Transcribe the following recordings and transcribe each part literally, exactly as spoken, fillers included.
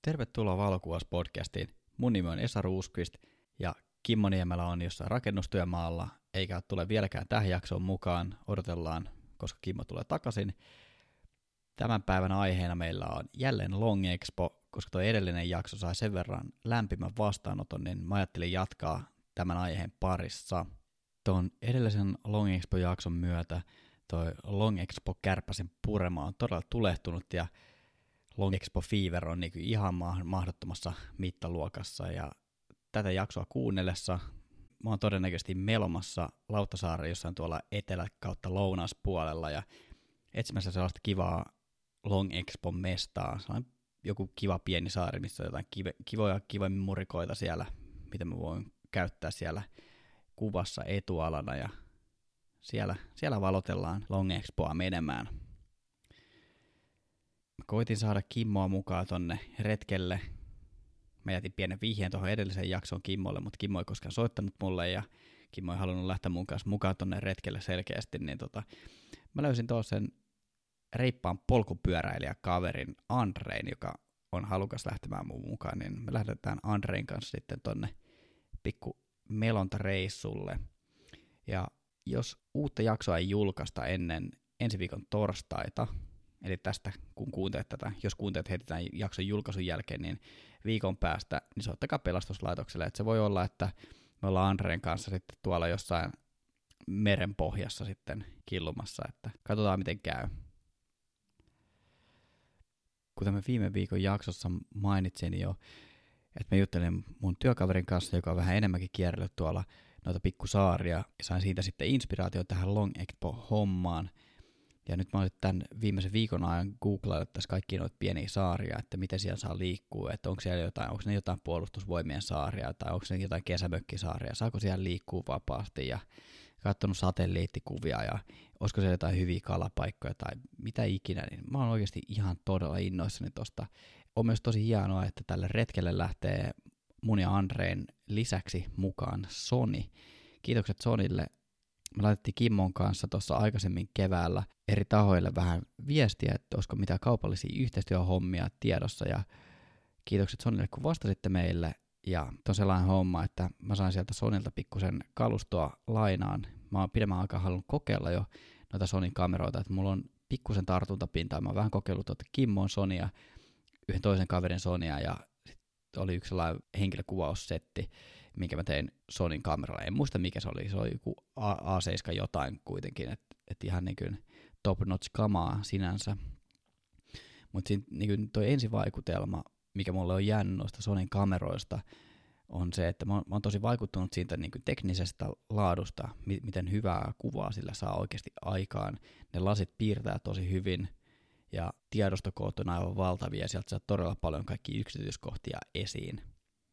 Tervetuloa Valokuvaus-podcastiin. Mun nimi on Esa Ruuskvist ja Kimmo Niemelä on jossain rakennustyömaalla, eikä tule vieläkään tähän jaksoon mukaan. Odotellaan, koska Kimmo tulee takaisin. Tämän päivän aiheena meillä on jälleen Long Expo, koska tuo edellinen jakso sai sen verran lämpimän vastaanoton, niin mä ajattelin jatkaa tämän aiheen parissa. Tuon edellisen Long Expo-jakson myötä toi Long Expo Kärpäsen purema on todella tulehtunut ja Long Expo Fever on niin ihan mahdottomassa mittaluokassa ja tätä jaksoa kuunnellessa mä oon todennäköisesti melomassa Lauttasaaren jossain tuolla etelä kautta lounaspuolella ja etsimässä sellaista kivaa Long Expo mestaa. Se on joku kiva pieni saari, missä on jotain kive, kivoja kivoja murikoita siellä, mitä mä voin käyttää siellä kuvassa etualana ja siellä, siellä valotellaan Long Expoa menemään. Mä koitin saada Kimmoa mukaan tonne retkelle. Mä jätin pienen vihjeen tuohon edelliseen jaksoon Kimmolle, mutta Kimmo ei koskaan soittanut mulle ja Kimmo ei halunnut lähteä mun kanssa mukaan tonne retkelle selkeästi, niin tota, mä löysin tuossa sen reippaan polkupyöräilijäkaverin Andrein, joka on halukas lähtemään mun mukaan, niin me lähdetään Andrein kanssa sitten tonne pikku melontareissulle. Ja jos uutta jaksoa ei julkaista ennen ensi viikon torstaita, eli tästä kun kuuntelet tätä, jos kuuntelet heti tämän jakson julkaisun jälkeen, niin viikon päästä, niin soittakaa pelastuslaitokselle. Että se voi olla, että me ollaan Andreen kanssa sitten tuolla jossain meren pohjassa sitten killumassa, että katsotaan miten käy. Kuten mä viime viikon jaksossa mainitsin jo, että mä juttelin mun työkaverin kanssa, joka on vähän enemmänkin kierrellyt tuolla noita pikkusaaria, ja sain siitä sitten inspiraatio tähän Long Expo-hommaan. Ja nyt mä oon tämän viimeisen viikon ajan googlaillut tässä kaikkia noita pieniä saaria, että miten siellä saa liikkua, että onko siellä jotain, onko ne jotain puolustusvoimien saaria, tai onko ne jotain kesämökkisaaria, saako siellä liikkua vapaasti, ja katsonut satelliittikuvia, ja olisiko siellä jotain hyviä kalapaikkoja, tai mitä ikinä, niin mä oon oikeasti ihan todella innoissani tosta. On myös tosi hienoa, että tälle retkelle lähtee mun ja Andreen lisäksi mukaan Sony. Kiitokset Sonylle. Me laitettiin Kimmon kanssa tuossa aikaisemmin keväällä eri tahoille vähän viestiä, että olisiko mitään kaupallisia yhteistyöhommia tiedossa, ja kiitokset Sonylle, kun vastasitte meille, ja on sellainen homma, että mä sain sieltä Sonylta pikkusen kalustoa lainaan. Mä oon pidemmän aikaa halunnut kokeilla jo noita Sonyn kameroita, että mulla on pikkusen tartuntapintaa, mä oon vähän kokeillut tuota Kimmon Sonya, yhden toisen kaverin Sonya, ja sitten oli yksi sellainen henkilökuvaussetti, minkä mä tein Sonyn kameralla. En muista mikä se oli, se oli joku A seitsemän jotain kuitenkin, että et ihan niin kuin top-notch kamaa sinänsä. Mutta niin toi ensivaikutelma, mikä mulle on jäänyt noista Sonyn kameroista, on se, että mä oon, mä oon tosi vaikuttunut siitä niin kuin teknisestä laadusta, mi- miten hyvää kuvaa sillä saa oikeasti aikaan. Ne lasit piirtää tosi hyvin ja tiedostokoot on aivan valtavia ja sieltä saa todella paljon kaikkia yksityiskohtia esiin.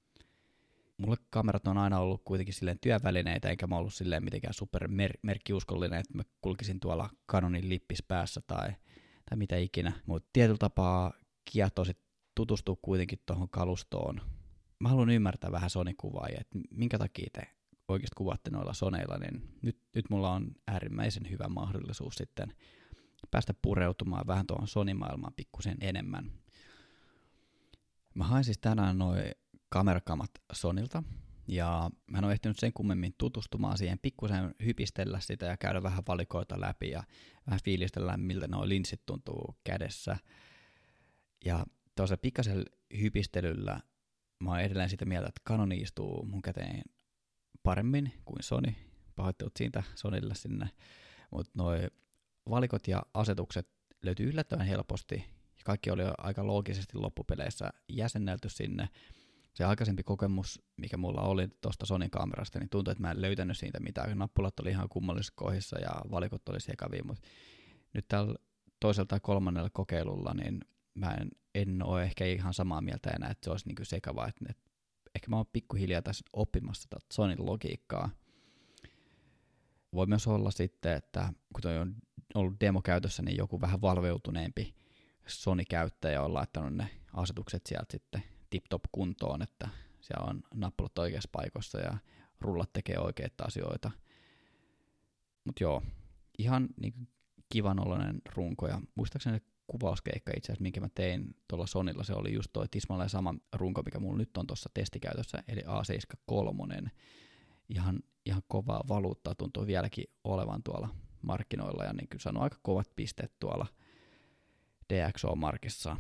Mulle kamerat on aina ollut kuitenkin silleen työvälineitä, enkä mä ollut silleen mitenkään supermerkkiuskollinen, että mä kulkisin tuolla Canonin lippis päässä tai, tai mitä ikinä. Mutta tietyllä tapaa kiehtoo sit tutustua kuitenkin tuohon kalustoon. Mä haluan ymmärtää vähän Sony-kuvaajia, että minkä takia te oikeasti kuvaatte noilla Soneilla, niin nyt, nyt mulla on äärimmäisen hyvä mahdollisuus sitten päästä pureutumaan vähän tuohon Sony-maailmaan pikkusen enemmän. Mä hain siis tänään noin kamerakamat Sonylta, ja mä en ole ehtinyt sen kummemmin tutustumaan siihen, pikkusen hypistellä sitä ja käydä vähän valikoita läpi ja vähän fiilistellä, miltä nuo linssit tuntuu kädessä. Ja tuossa pikkasen hypistelyllä mä oon edelleen sitä mieltä, että Canon istuu mun käteen paremmin kuin Sony. Pahoittelut siitä Sonylle sinne, mutta noi valikot ja asetukset löytyy yllättävän helposti, ja kaikki oli aika loogisesti loppupeleissä jäsennelty sinne. Se aikaisempi kokemus, mikä mulla oli tuosta Sonyn kamerasta, niin tuntui, että mä en löytänyt siitä mitään. Nappulat oli ihan kummallisissa kohdissa ja valikot oli sekavia, mutta nyt tällä toisella tai kolmannella kokeilulla, niin mä en, en ole ehkä ihan samaa mieltä enää, että se olisi niinku sekavaa. Että, että ehkä mä oon pikkuhiljaa tässä oppimassa tätä Sonyn logiikkaa. Voi myös olla sitten, että kun toi on ollut demokäytössä, niin joku vähän valveutuneempi Sony-käyttäjä on laittanut ne asetukset sieltä sitten tip-top kuntoon, että siellä on nappulat oikeassa paikoissa ja rullat tekee oikeita asioita. Mutta joo, ihan niin kivan oloinen runko, ja muistaakseni kuvauskeikka itse asiassa, minkä mä tein tuolla Sonylla, se oli just toi tismalleen sama runko, mikä mulla nyt on tuossa testikäytössä, eli A seitsemänkymmentäkolme. Ihan, ihan kovaa valuuttaa tuntuu vieläkin olevan tuolla markkinoilla, ja niin kyllä saanut aika kovat pisteet tuolla D X O-markissa.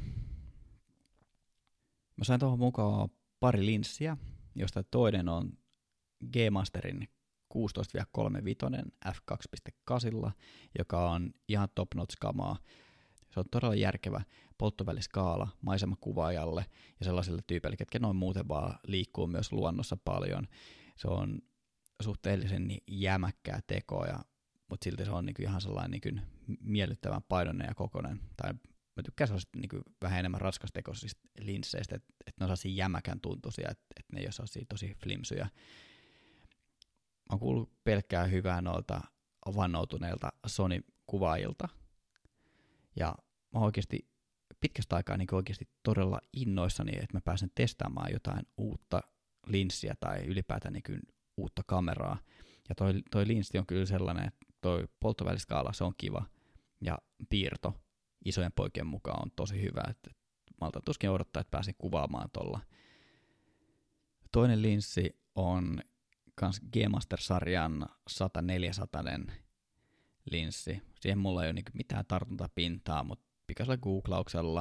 Mä sain tuohon mukaan pari linssiä, josta toinen on G-Masterin kuusitoista kolmekymmentäviisi F kaksi pilkku kahdeksan, joka on ihan top-notch-kamaa. Se on todella järkevä polttoväliskaala maisemakuvaajalle ja sellaisille tyypeille, ketkä noin muuten vaan liikkuu myös luonnossa paljon. Se on suhteellisen jämäkkää tekoa, mutta silti se on niinku ihan sellainen niinku miellyttävän painoinen ja kokoinen. Tai mä tykkään sellaisista niinku vähän enemmän raskastekoisista linsseistä, että et ne on sellaisia jämäkän tuntuisia, että et ne ei ole sellaisia tosi flimsyjä. Mä oon kuullut pelkkää hyvää noilta vannoutuneilta Sony-kuvaajilta. Ja mä oon oikeasti pitkästä aikaa niin oikeasti todella innoissani, että mä pääsen testaamaan jotain uutta linssiä tai ylipäätään niin uutta kameraa. Ja toi, toi linssi on kyllä sellainen, että toi polttoväliskaala, se on kiva. Ja piirto isojen poikien mukaan on tosi hyvä. Että malta tuskin odottaa, että pääsen kuvaamaan tuolla. Toinen linssi on kans G-Master-sarjan sata neljäsataa linssi. Siihen mulla ei ole niinku mitään tartuntapintaa, mutta pikaisella googlauksella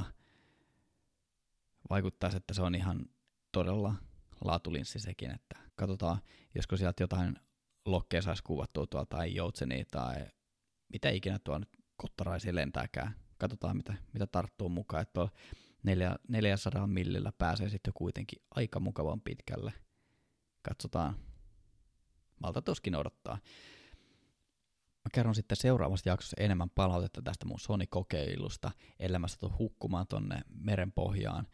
vaikuttaisi, että se on ihan todella laatulinssi sekin, että katsotaan, josko sieltä jotain lokkeja saisi kuvattua tuolta tai joutsenia tai mitä ikinä tuo nyt kottaraisia lentääkään. Katsotaan, mitä, mitä tarttuu mukaan, että tuolla neljäsataa millillä pääsee sitten kuitenkin aika mukavan pitkälle. Katsotaan. Malta tuskin odottaa. Mä kerron sitten seuraavassa jaksossa enemmän palautetta tästä mun Sony-kokeilusta, ellei mä satu hukkumaan tonne meren pohjaan.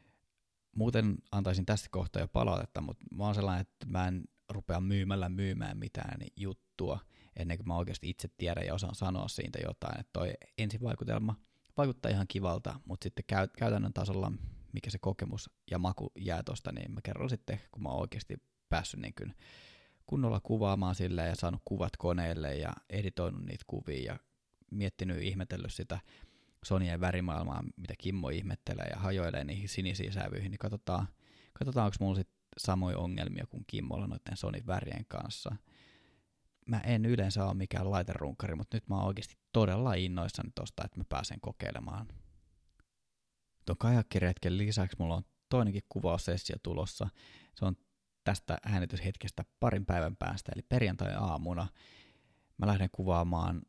Muuten antaisin tästä kohtaa jo palautetta, mutta mä oon sellainen, että mä en rupea myymällä myymään mitään juttua, ennen kuin mä oikeasti itse tiedän ja osaan sanoa siitä jotain. Että toi ensivaikutelma vaikuttaa ihan kivalta, mutta sitten käytännön tasolla, mikä se kokemus ja maku jää tosta, niin mä kerron sitten, kun mä oon oikeasti päässyt niin kuin kunnolla kuvaamaan silleen ja saanut kuvat koneelle ja editoinut niitä kuvia ja miettinyt, ihmetellyt sitä Sonyen värimaailmaa, mitä Kimmo ihmettelee ja hajoilee niihin sinisiin sävyihin, niin katsotaan, katsotaan onko mulla sitten samoja ongelmia kuin Kimmolla noiden Sonyn värien kanssa. Mä en yleensä ole mikään laiterunkari, mutta nyt mä oon oikeasti todella innoissani tosta, että mä pääsen kokeilemaan. Tuon kajakkiretken lisäksi mulla on toinenkin kuvaussessio tulossa. Se on tästä äänityshetkestä parin päivän päästä, eli perjantai-aamuna. Mä lähden kuvaamaan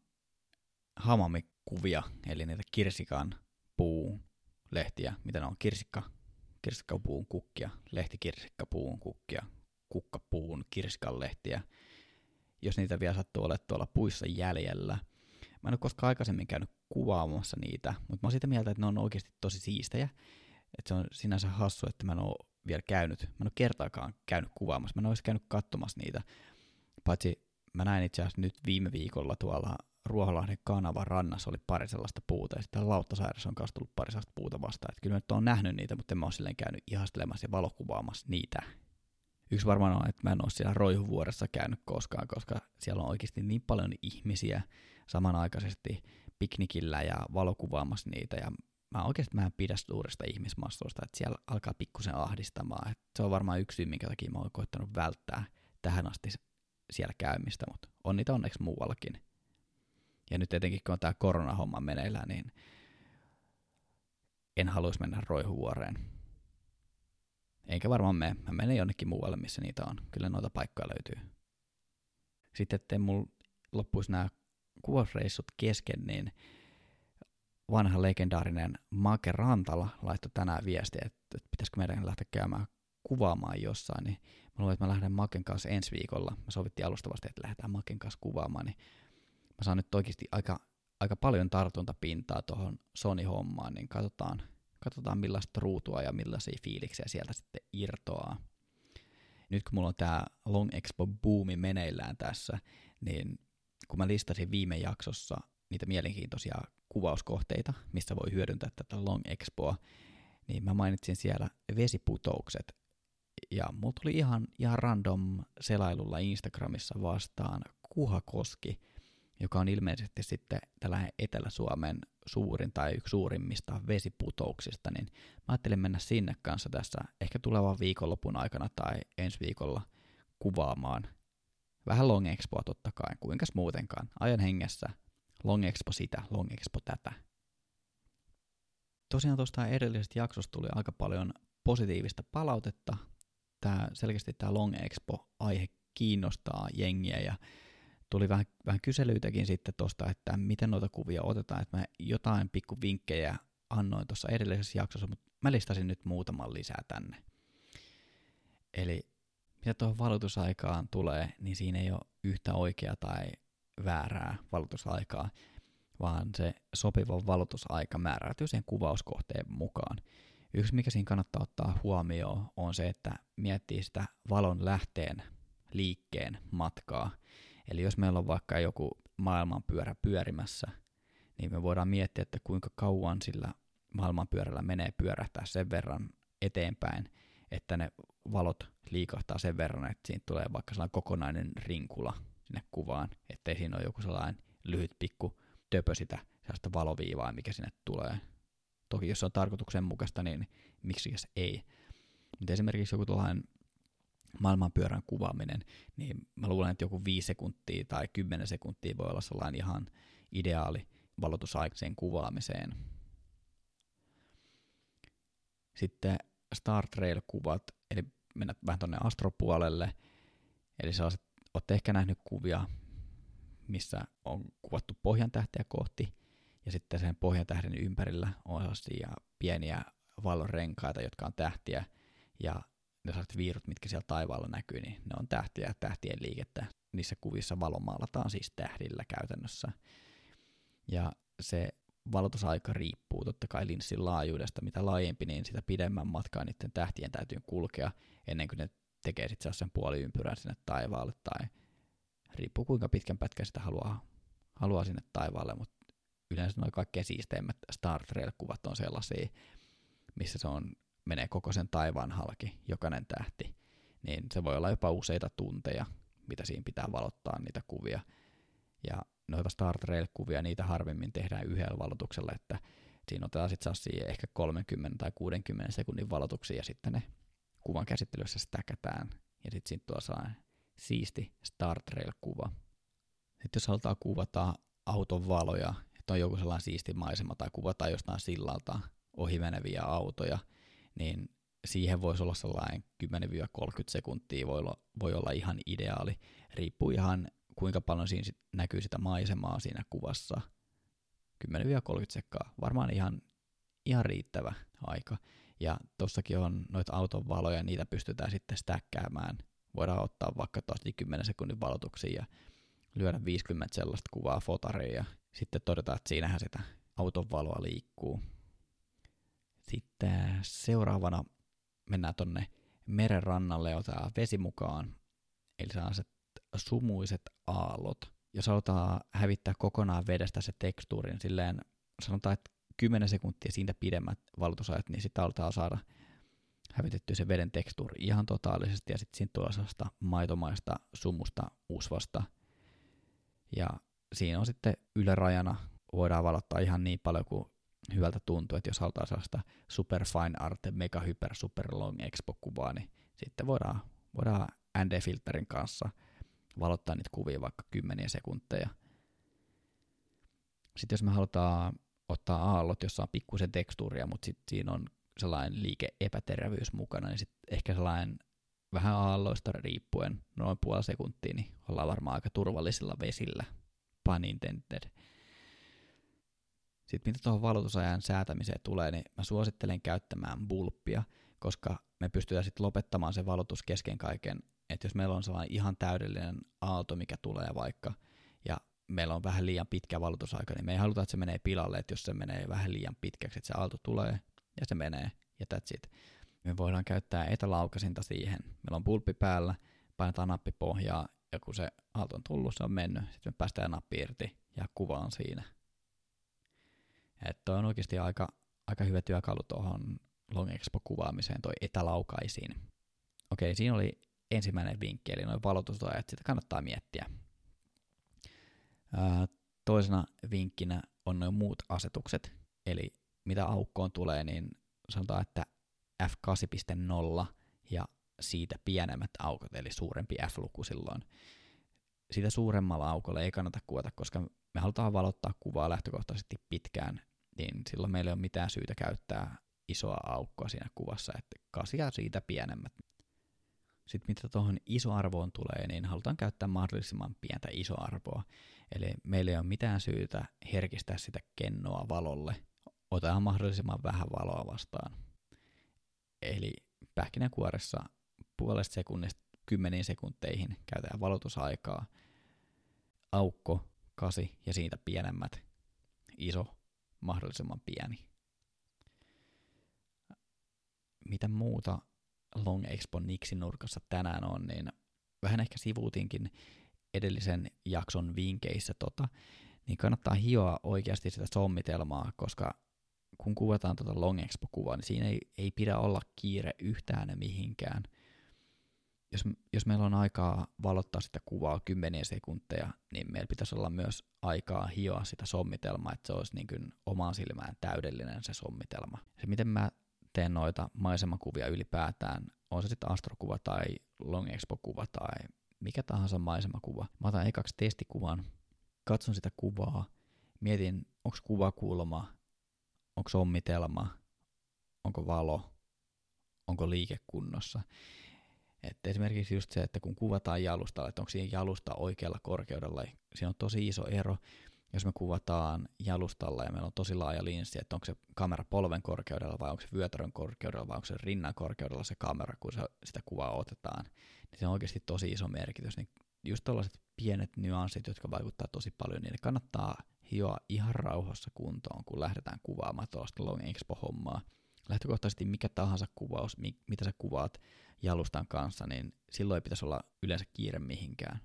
hamamikuvia, eli niitä kirsikan puun lehtiä, mitä ne on, kirsikka, kirsikkapuun kukkia, lehtikirsikkapuun kukkia, kukkapuun kirsikan lehtiä, jos niitä vielä sattuu olemaan tuolla puissa jäljellä. Mä en ole koskaan aikaisemmin käynyt kuvaamassa niitä, mutta mä oon sitä mieltä, että ne on oikeasti tosi siistejä. Että se on sinänsä hassu, että mä en ole vielä käynyt, mä en ole kertaakaan käynyt kuvaamassa, mä en olisi käynyt katsomassa niitä, paitsi mä näin itse asiassa nyt viime viikolla tuolla Ruoholahden kanavan rannassa oli pari sellaista puuta, ja sitten Lauttasairessa on kanssa tullut pari sellaista puuta vastaan, että kyllä mä nyt oon nähnyt niitä, mutta en mä ole silleen käynyt ihastelemassa ja valokuvaamassa niitä. Yksi varmaan on, että mä en ole siellä Roihuvuoressa käynyt koskaan, koska siellä on oikeasti niin paljon ihmisiä samanaikaisesti piknikillä ja valokuvaamassa niitä, ja mä oikeasti mä en pidä suuresta ihmismassoista, että siellä alkaa pikkusen ahdistamaan. Et se on varmaan yksi syy, minkä takia mä oon koittanut välttää tähän asti siellä käymistä, mutta on niitä onneksi muuallakin. Ja nyt etenkin kun on tää koronahomma meneillään, niin en haluaisi mennä Roihuvuoreen. Enkä varmaan mene. Mä menen jonnekin muualle, missä niitä on. Kyllä noita paikkoja löytyy. Sitten, ettei mulla loppuisi nämä kuvausreissut kesken, niin vanha legendaarinen Make Rantala laittoi tänään viestiä, että, että pitäisikö meidän lähteä käymään kuvaamaan jossain. Niin mä luulen, että mä lähden Maken kanssa ensi viikolla. Mä sovittiin alustavasti, että lähdetään Maken kanssa kuvaamaan. Niin mä saan nyt oikeasti aika, aika paljon tartuntapintaa tuohon Sony-hommaan, niin katsotaan, katsotaan millaista ruutua ja millaisia fiiliksiä sieltä sitten irtoaa. Nyt kun mulla on tää Long Expo-boomi meneillään tässä, niin kun mä listasin viime jaksossa niitä mielenkiintoisia kuvauskohteita, missä voi hyödyntää tätä Long Expoa, niin mä mainitsin siellä vesiputoukset. Ja mulla tuli ihan, ihan random selailulla Instagramissa vastaan Kuhakoski, joka on ilmeisesti sitten tällainen Etelä-Suomen suurin tai yksi suurimmista vesiputouksista, niin mä ajattelin mennä sinne kanssa tässä ehkä tulevan viikonlopun aikana tai ensi viikolla kuvaamaan. Vähän Long Expoa totta kai, kuinkas muutenkaan. Ajan hengessä. Long Expo sitä, Long Expo tätä. Tosiaan tuosta edellisestä jaksosta tuli aika paljon positiivista palautetta. Tää, selkeästi tämä Long Expo-aihe kiinnostaa jengiä ja tuli vähän, vähän kyselyitäkin sitten tuosta, että miten noita kuvia otetaan. Että mä jotain pikku vinkkejä annoin tuossa edellisessä jaksossa, mutta mä listasin nyt muutaman lisää tänne. Eli mitä tuohon valotusaikaan tulee, niin siinä ei ole yhtä oikeaa tai väärää valotusaikaa, vaan se sopiva valotusaika määräytyy sen kuvauskohteen mukaan. Yksi, mikä siinä kannattaa ottaa huomioon, on se, että miettii sitä valon lähteen liikkeen matkaa. Eli jos meillä on vaikka joku maailmanpyörä pyörimässä, niin me voidaan miettiä, että kuinka kauan sillä maailmanpyörällä menee pyörähtää sen verran eteenpäin, että ne valot liikahtaa sen verran, että siinä tulee vaikka sellainen kokonainen rinkula sinne kuvaan, ettei siinä ole joku sellainen lyhyt pikku töpö sitä sellaista valoviivaa, mikä sinne tulee. Toki jos se on tarkoituksenmukaista, niin miksi ei. Mutta esimerkiksi joku tällainen maailmanpyörän kuvaaminen, niin mä luulen, että joku viisi sekuntia tai kymmenen sekuntia voi olla sellainen ihan ideaali valotusaika sen kuvaamiseen. Sitten Star Trail-kuvat, eli mennään vähän tuonne astropuolelle, eli sellaiset, olette ehkä nähnyt kuvia, missä on kuvattu pohjantähteä kohti, ja sitten sen pohjantähden ympärillä on sellaisia pieniä valonrenkaita, jotka on tähtiä, ja ne sellaiset viirut, mitkä siellä taivaalla näkyy, niin ne on tähtiä ja tähtien liikettä. Niissä kuvissa valo maalataan siis tähdillä käytännössä. Ja se valotusaika riippuu totta kai linssin laajuudesta. Mitä laajempi, niin sitä pidemmän matkaa niiden tähtien täytyy kulkea ennen kuin ne tekee sitten sellaisen puoliympyrän sinne taivaalle. Tai riippuu kuinka pitkän pätkän sitä haluaa, haluaa sinne taivaalle, mutta yleensä nuo kaikkein siisteimmät Star Trail-kuvat on sellaisia, missä se on, menee koko sen taivaan halki, jokainen tähti. Niin se voi olla jopa useita tunteja, mitä siinä pitää valottaa niitä kuvia. Ja noita Star Trail-kuvia, niitä harvemmin tehdään yhdellä valotuksella, että siinä otetaan sitten sellaisia ehkä kolmekymmentä tai kuudenkymmenen sekunnin valotuksia ja sitten ne kuvan käsittelyssä stäkätään ja sitten siitä tuo sellainen siisti Star Trail-kuva. Sitten jos halutaan kuvata auton valoja, että on joku sellainen siisti maisema tai kuvataan jostain sillalta ohi meneviä autoja, niin siihen voisi olla sellainen kymmenen kolmekymmentä sekuntia voi olla, voi olla ihan ideaali. Riippuu ihan kuinka paljon siinä sit näkyy sitä maisemaa siinä kuvassa. kymmenen kolmekymmentä sekkaa, varmaan ihan, ihan riittävä aika. Ja tossakin on noita auton valoja, niitä pystytään sitten stäkkäämään. Voidaan ottaa vaikka tosi kymmenen sekunnin valotuksia ja lyödä viisikymmentä sellaista kuvaa fotariin ja sitten todetaan, että siinähän sitä auton valoa liikkuu. Sitten seuraavana mennään tonne meren rannalle ja otetaan vesi mukaan. Eli sellaiset sumuiset aallot. Jos halutaan hävittää kokonaan vedestä se tekstuuri, niin silleen sanotaan, että kymmenen sekuntia siitä pidemmät valotusajat, niin sitten halutaan saada hävitettyä se veden tekstuuri ihan totaalisesti ja sitten siinä tulee sellaista maitomaista sumusta usvasta. Ja siinä on sitten ylärajana, voidaan valottaa ihan niin paljon kuin hyvältä tuntuu, että jos halutaan sellaista super fine art, mega hyper super long expo-kuvaa, niin sitten voidaan, voidaan N D-filterin kanssa valottaa niitä kuvia vaikka kymmeniä sekunteja. Sitten jos me halutaan ottaa aallot, jossa on pikkusen tekstuuria, mutta sitten siinä on sellainen liike-epäterävyys mukana, niin sitten ehkä sellainen vähän aalloista riippuen, noin puoli sekuntia, niin ollaan varmaan aika turvallisilla vesillä, pun intended. Sitten mitä tuohon valotusajan säätämiseen tulee, niin mä suosittelen käyttämään bulppia, koska me pystytään sitten lopettamaan se valotus kesken kaiken. Että jos meillä on sellainen ihan täydellinen aalto, mikä tulee vaikka, ja meillä on vähän liian pitkä valotusaika, niin me ei haluta, että se menee pilalle, että jos se menee vähän liian pitkäksi, että se aalto tulee, ja se menee, ja that's it. Me voidaan käyttää etälaukasinta siihen. Meillä on bulppi päällä, painetaan nappi pohjaa, ja kun se aalto on tullut, se on mennyt, sitten me päästään nappi irti, ja kuva on siinä. Että toi on oikeasti aika, aika hyvä työkalu tuohon Long Expo-kuvaamiseen, toi etälaukaisiin. Okei, siinä oli ensimmäinen vinkki, eli noin valotusajat, sitä kannattaa miettiä. Ää, toisena vinkkinä on nuo muut asetukset, eli mitä aukkoon tulee, niin sanotaan, että F kahdeksan piste nolla ja siitä pienemmät aukot, eli suurempi F-luku silloin. Sitä suuremmalla aukolla ei kannata kuvata, koska me halutaan valottaa kuvaa lähtökohtaisesti pitkään, niin silloin meillä ei ole mitään syytä käyttää isoa aukkoa siinä kuvassa, että kasia siitä pienemmät. Sitten mitä tuohon isoarvoon tulee, niin halutaan käyttää mahdollisimman pientä isoarvoa. Eli meillä ei ole mitään syytä herkistää sitä kennoa valolle. Otetaan mahdollisimman vähän valoa vastaan. Eli pähkinänkuoressa puolesta sekunnista kymmeniin sekunteihin käytetään valotusaikaa. Aukko, kasi ja siitä pienemmät, iso, mahdollisimman pieni. Mitä muuta Long Expo Nixin-nurkassa tänään on, niin vähän ehkä sivuutinkin edellisen jakson vinkeissä tota, niin kannattaa hioa oikeasti sitä sommitelmaa, koska kun kuvataan tota Long Expo-kuvaa, niin siinä ei, ei pidä olla kiire yhtään mihinkään. Jos, jos meillä on aikaa valottaa sitä kuvaa kymmeniä sekunteja, niin meillä pitäisi olla myös aikaa hioa sitä sommitelmaa, että se olisi niin kuin omaan silmään täydellinen se sommitelma. Se miten mä teen noita maisemakuvia ylipäätään, on se sitten astrokuva tai Long Expo-kuva tai mikä tahansa maisemakuva. Mä otan ekaksi testikuvan, katson sitä kuvaa, mietin, onko kuvakulma, onko sommitelma, onko valo, onko liike kunnossa. Että esimerkiksi just se, että kun kuvataan jalustalla, että onko siinä jalusta oikealla korkeudella, siinä on tosi iso ero. Jos me kuvataan jalustalla ja meillä on tosi laaja linssi, että onko se kamera polven korkeudella vai onko se vyötärön korkeudella vai onko se rinnan korkeudella se kamera, kun se, sitä kuvaa otetaan, niin se on oikeasti tosi iso merkitys. Niin just tällaiset pienet nyanssit, jotka vaikuttaa tosi paljon, niin ne kannattaa hioa ihan rauhassa kuntoon, kun lähdetään kuvaamaan tuollaista Long Expo-hommaa. Lähtökohtaisesti mikä tahansa kuvaus, mitä sä kuvaat jalustan kanssa, niin silloin ei pitäisi olla yleensä kiire mihinkään.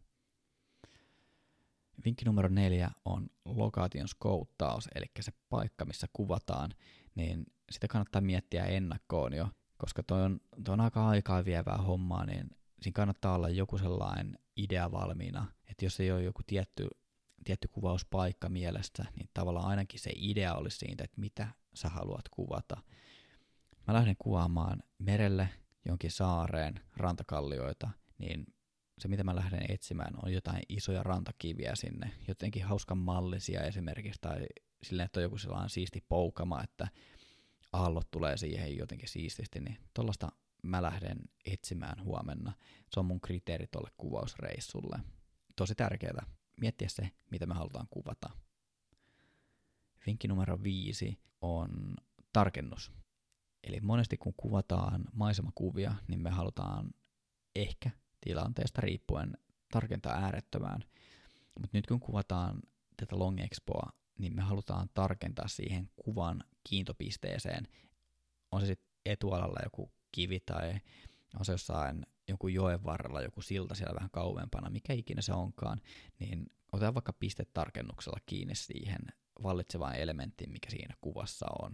Vinkki numero neljä on lokaation skouttaus, eli se paikka, missä kuvataan, niin sitä kannattaa miettiä ennakkoon jo, koska toi on, toi on aika aikaa vievää hommaa, niin siinä kannattaa olla joku sellainen idea valmiina, että jos ei ole joku tietty, tietty kuvauspaikka mielessä, niin tavallaan ainakin se idea olisi siitä, että mitä sä haluat kuvata. Mä lähden kuvaamaan merelle, jonkin saareen, rantakallioita, niin se mitä mä lähden etsimään on jotain isoja rantakiviä sinne, jotenkin hauskan mallisia esimerkiksi, tai silleen, että on joku sellainen siisti poukama, että aallot tulee siihen jotenkin siististi, niin tollaista mä lähden etsimään huomenna. Se on mun kriteeri tolle kuvausreissulle. Tosi tärkeää miettiä se, mitä me halutaan kuvata. Vinkki numero viisi on tarkennus. Eli monesti kun kuvataan maisemakuvia, niin me halutaan ehkä tilanteesta riippuen tarkentaa äärettömään. Mutta nyt kun kuvataan tätä Long Expoa, niin me halutaan tarkentaa siihen kuvan kiintopisteeseen. On se sitten etualalla joku kivi tai on se jossain joku joen varrella, joku silta siellä vähän kauempana, mikä ikinä se onkaan, niin otetaan vaikka pistetarkennuksella kiinni siihen vallitsevaan elementtiin, mikä siinä kuvassa on.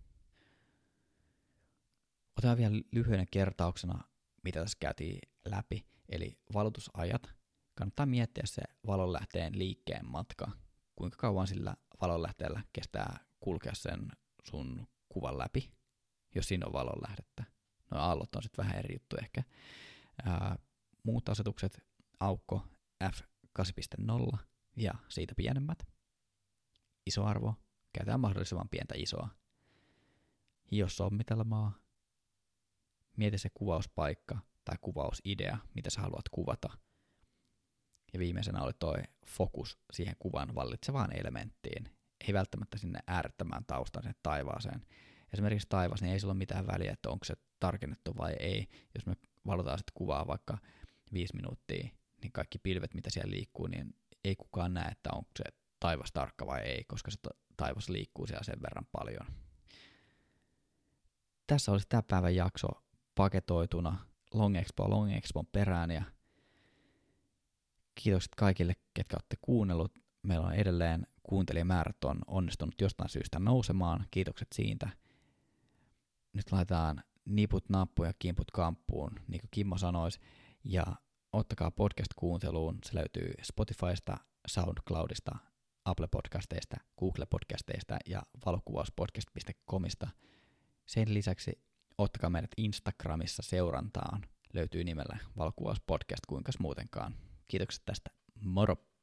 Otetaan vielä lyhyenä kertauksena, mitä tässä käytiin läpi, eli valotusajat. Kannattaa miettiä se valonlähteen liikkeen matka, kuinka kauan sillä valonlähteellä kestää kulkea sen sun kuvan läpi, jos siinä on valonlähdettä. No aallot on sitten vähän eri juttu ehkä. Ää, muut asetukset, aukko F kahdeksan piste nolla ja siitä pienemmät. Isoarvo, käytetään mahdollisimman pientä isoa. Hio sommitelmaa. Mieti se kuvauspaikka tai kuvausidea, mitä sä haluat kuvata. Ja viimeisenä oli toi fokus siihen kuvan vallitsevaan elementtiin. Ei välttämättä sinne äärettömään taustaan, sinne taivaaseen. Esimerkiksi taivas, niin ei sillä ole mitään väliä, että onko se tarkennettu vai ei. Jos me valotaan sitten kuvaa vaikka viisi minuuttia, niin kaikki pilvet, mitä siellä liikkuu, niin ei kukaan näe, että onko se taivas tarkka vai ei, koska se taivas liikkuu siellä sen verran paljon. Tässä olisi tämä päivän jakso paketoituna Long Expo Long Expon perään ja kiitokset kaikille, ketkä olette kuunnellut. Meillä on edelleen kuuntelijamäärät on onnistunut jostain syystä nousemaan. Kiitokset siitä. Nyt laitetaan niput nappuun ja kimput kamppuun, niin kuin Kimmo sanoisi. Ja ottakaa podcast-kuunteluun. Se löytyy Spotifysta, SoundCloudista, Apple Podcasteista, Google Podcasteista ja valokuvauspodcast piste comista. Sen lisäksi ottakaa meidät Instagramissa seurantaan. Löytyy nimellä Valokuvauspodcast, kuinkas muutenkaan. Kiitokset tästä. Moro!